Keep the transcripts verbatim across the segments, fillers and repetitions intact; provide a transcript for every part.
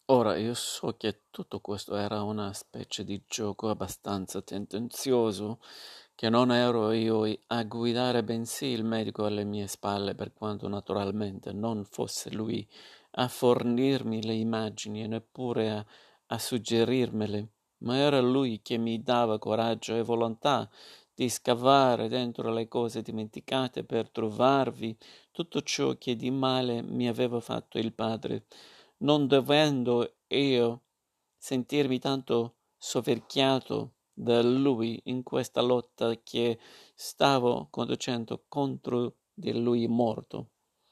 Ora io so che tutto questo era una specie di gioco abbastanza tendenzioso, che non ero io i- a guidare, bensì il medico alle mie spalle, per quanto naturalmente non fosse lui a fornirmi le immagini e neppure a, a suggerirmele, ma era lui che mi dava coraggio e volontà di scavare dentro le cose dimenticate per trovarvi tutto ciò che di male mi aveva fatto il padre, non dovendo io sentirmi tanto soverchiato da lui in questa lotta che stavo conducendo contro di lui morto.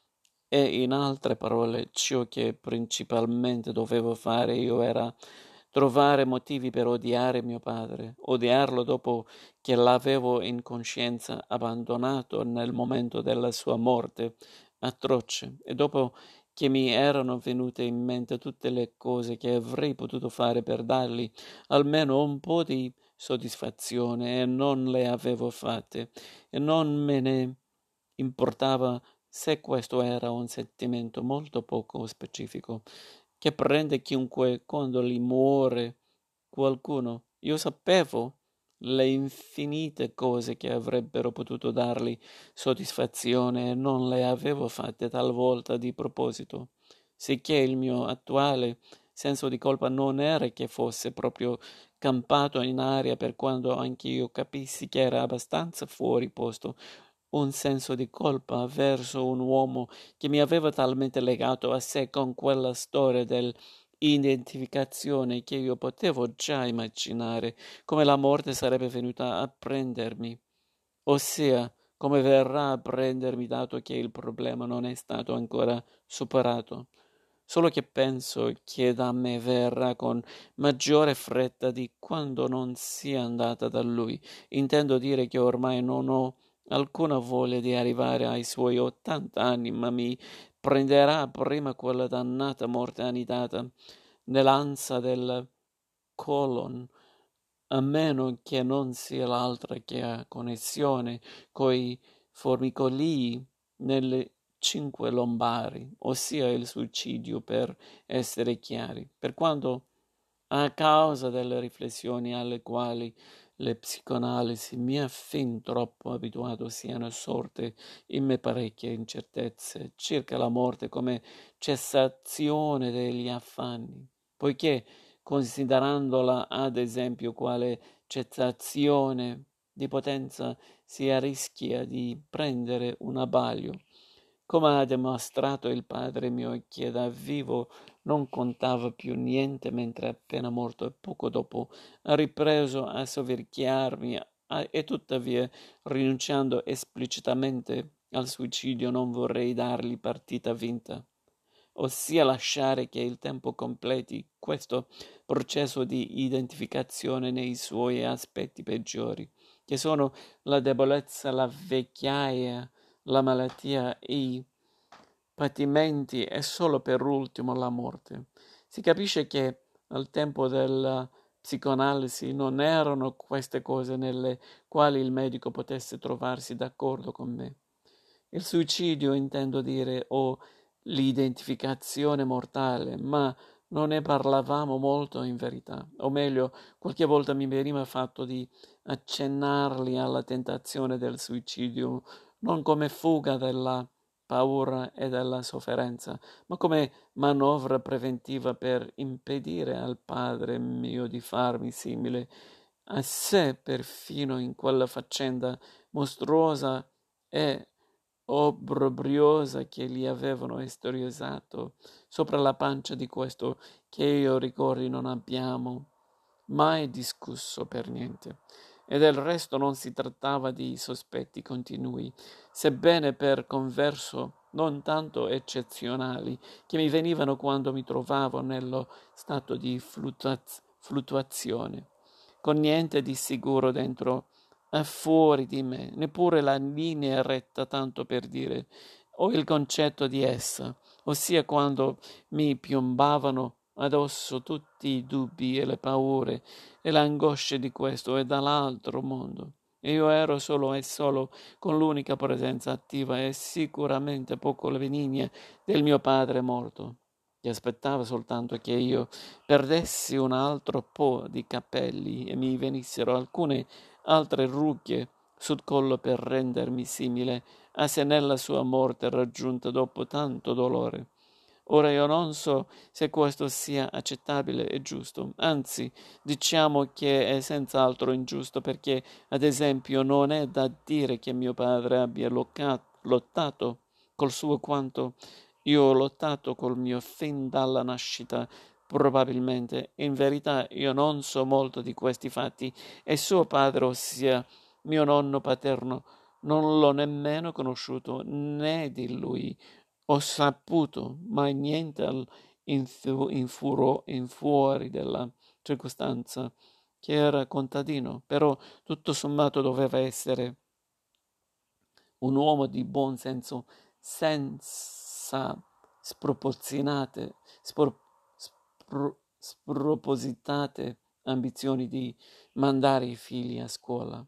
E in altre parole, ciò che principalmente dovevo fare io era trovare motivi per odiare mio padre, odiarlo dopo che l'avevo in coscienza abbandonato nel momento della sua morte atroce e dopo che mi erano venute in mente tutte le cose che avrei potuto fare per dargli almeno un po' di soddisfazione e non le avevo fatte e non me ne importava se questo era un sentimento molto poco specifico, che prende chiunque quando gli muore qualcuno. Io sapevo le infinite cose che avrebbero potuto dargli soddisfazione e non le avevo fatte talvolta di proposito, sicché il mio attuale senso di colpa non era che fosse proprio campato in aria, per quando anch'io capissi che era abbastanza fuori posto un senso di colpa verso un uomo che mi aveva talmente legato a sé con quella storia dell'identificazione che io potevo già immaginare come la morte sarebbe venuta a prendermi, ossia come verrà a prendermi dato che il problema non è stato ancora superato. Solo che penso che da me verrà con maggiore fretta di quando non sia andata da lui. Intendo dire che ormai non ho alcuna voglia di arrivare ai suoi ottanta anni, ma mi prenderà prima quella dannata morte anidata nell'ansa del colon, a meno che non sia l'altra che ha connessione coi formicolii nelle cinque lombari, ossia il suicidio per essere chiari, per quanto a causa delle riflessioni alle quali le psicoanalisi mi ha fin troppo abituato siano sorte in me parecchie incertezze circa la morte come cessazione degli affanni, poiché considerandola ad esempio quale cessazione di potenza si rischia di prendere un abbaglio, come ha dimostrato il padre mio che da vivo non contava più niente, mentre appena morto e poco dopo ha ripreso a soverchiarmi a- e tuttavia rinunciando esplicitamente al suicidio non vorrei dargli partita vinta, ossia lasciare che il tempo completi questo processo di identificazione nei suoi aspetti peggiori, che sono la debolezza, la vecchiaia, la malattia, i patimenti e solo per ultimo la morte. Si capisce che al tempo della psicoanalisi non erano queste cose nelle quali il medico potesse trovarsi d'accordo con me. Il suicidio, intendo dire, o l'identificazione mortale, ma non ne parlavamo molto in verità, o meglio, qualche volta mi veniva fatto di accennarli alla tentazione del suicidio, non come fuga dalla paura e dalla sofferenza, ma come manovra preventiva per impedire al padre mio di farmi simile a sé perfino in quella faccenda mostruosa e obbrobriosa che gli avevano esteriosato sopra la pancia di questo che io ricordi non abbiamo mai discusso per niente. E del resto non si trattava di sospetti continui, sebbene per converso non tanto eccezionali, che mi venivano quando mi trovavo nello stato di fluttuaz- fluttuazione, con niente di sicuro dentro e fuori di me, neppure la linea retta, tanto per dire, o il concetto di essa, ossia quando mi piombavano addosso tutti i dubbi e le paure e le angosce di questo e dall'altro mondo. E io ero solo e solo con l'unica presenza attiva e sicuramente poco benigna del mio padre morto. che aspettava soltanto che io perdessi un altro po' di capelli e mi venissero alcune altre rughe sul collo per rendermi simile a se nella sua morte raggiunta dopo tanto dolore. Ora io non so se questo sia accettabile e giusto, anzi, diciamo che è senz'altro ingiusto perché, ad esempio, non è da dire che mio padre abbia loca- lottato col suo quanto io ho lottato col mio fin dalla nascita. Probabilmente, in verità, io non so molto di questi fatti e suo padre, ossia mio nonno paterno, non l'ho nemmeno conosciuto né di lui ho saputo mai niente al in, fu- in furo- in fuori della circostanza che era contadino, però tutto sommato doveva essere un uomo di buon senso senza sproporzionate, spor- spro- spropositate ambizioni di mandare i figli a scuola.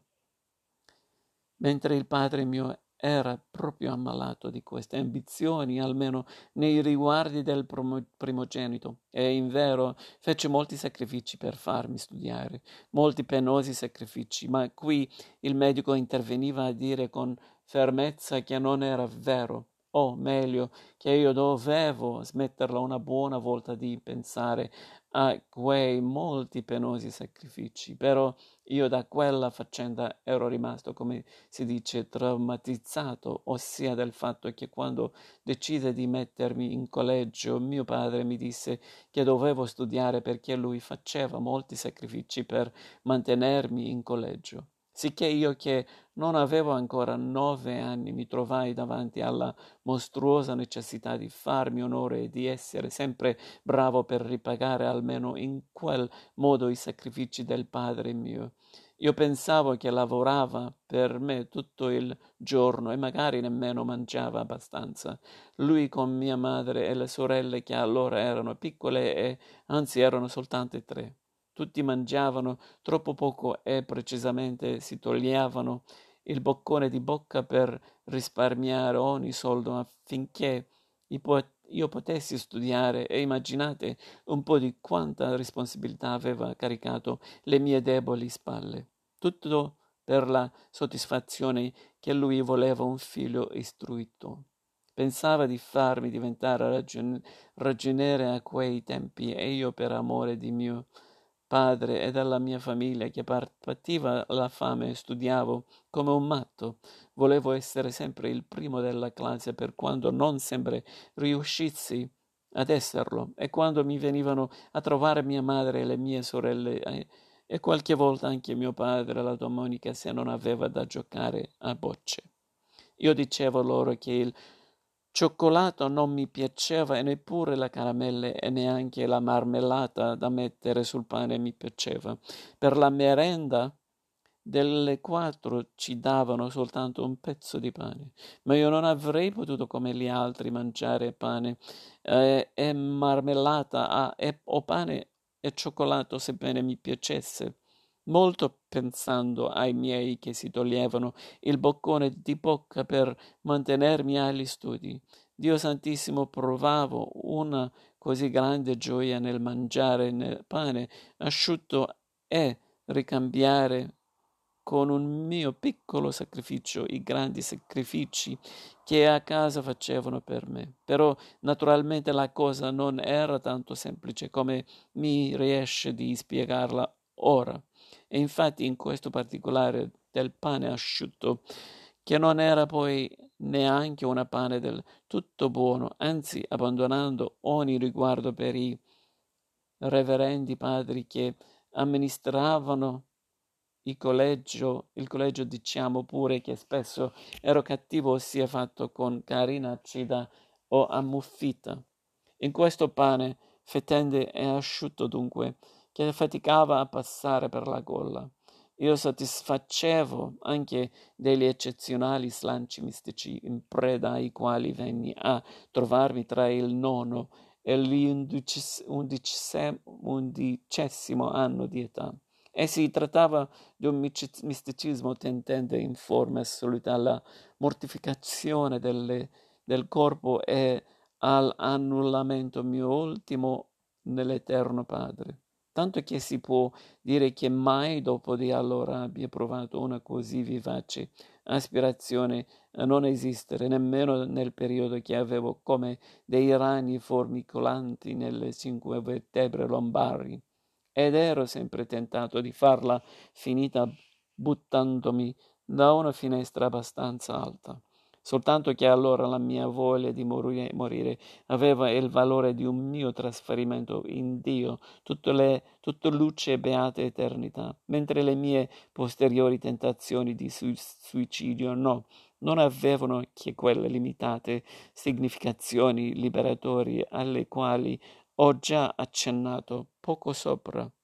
Mentre il padre mio era proprio ammalato di queste ambizioni, almeno nei riguardi del promo- primogenito, e in vero fece molti sacrifici per farmi studiare, molti penosi sacrifici, ma qui il medico interveniva a dire con fermezza che non era vero, o meglio, che io dovevo smetterla una buona volta di pensare a quei molti penosi sacrifici, però io da quella faccenda ero rimasto, come si dice, traumatizzato, ossia del fatto che quando decise di mettermi in collegio, mio padre mi disse che dovevo studiare perché lui faceva molti sacrifici per mantenermi in collegio. Sicché io che non avevo ancora nove anni mi trovai davanti alla mostruosa necessità di farmi onore e di essere sempre bravo per ripagare almeno in quel modo i sacrifici del padre mio. Io pensavo che lavorava per me tutto il giorno e magari nemmeno mangiava abbastanza. Lui con mia madre e le sorelle che allora erano piccole e anzi erano soltanto tre. Tutti mangiavano troppo poco e precisamente si toglievano il boccone di bocca per risparmiare ogni soldo affinché io potessi studiare e immaginate un po' di quanta responsabilità aveva caricato le mie deboli spalle. Tutto per la soddisfazione che lui voleva un figlio istruito. Pensava di farmi diventare ragion- ragioniere a quei tempi e io per amore di mio padre e della mia famiglia che pativa la fame studiavo come un matto. Volevo essere sempre il primo della classe per quando non sempre riuscissi ad esserlo e quando mi venivano a trovare mia madre e le mie sorelle eh, e qualche volta anche mio padre la domenica se non aveva da giocare a bocce. Io dicevo loro che il cioccolato non mi piaceva e neppure la caramelle e neanche la marmellata da mettere sul pane mi piaceva. Per la merenda delle quattro ci davano soltanto un pezzo di pane, ma io non avrei potuto come gli altri mangiare pane eh, e marmellata ah, e, o pane e cioccolato sebbene mi piacesse. Molto pensando ai miei che si toglievano il boccone di bocca per mantenermi agli studi. Dio Santissimo, provavo una così grande gioia nel mangiare nel pane asciutto e ricambiare con un mio piccolo sacrificio i grandi sacrifici che a casa facevano per me. Però naturalmente la cosa non era tanto semplice come mi riesce di spiegarla ora. E infatti in questo particolare del pane asciutto, che non era poi neanche una pane del tutto buono, anzi abbandonando ogni riguardo per i reverendi padri che amministravano il collegio, il collegio diciamo pure che spesso ero cattivo sia fatto con carina acida o ammuffita. In questo pane fetente e asciutto dunque, che faticava a passare per la gola. Io soddisfacevo anche degli eccezionali slanci mistici in preda ai quali venni a trovarmi tra il nono e l'undicesimo anno di età. E si trattava di un misticismo tendente in forma assoluta alla mortificazione delle, del corpo e all'annullamento mio ultimo nell'Eterno Padre. Tanto che si può dire che mai dopo di allora abbia provato una così vivace aspirazione a non esistere, nemmeno nel periodo che avevo come dei ragni formicolanti nelle cinque vertebre lombari, ed ero sempre tentato di farla finita buttandomi da una finestra abbastanza alta. Soltanto che allora la mia voglia di morire, morire aveva il valore di un mio trasferimento in Dio, tutte le, tutta luce e beata eternità, mentre le mie posteriori tentazioni di suicidio no, non avevano che quelle limitate significazioni liberatorie alle quali ho già accennato poco sopra.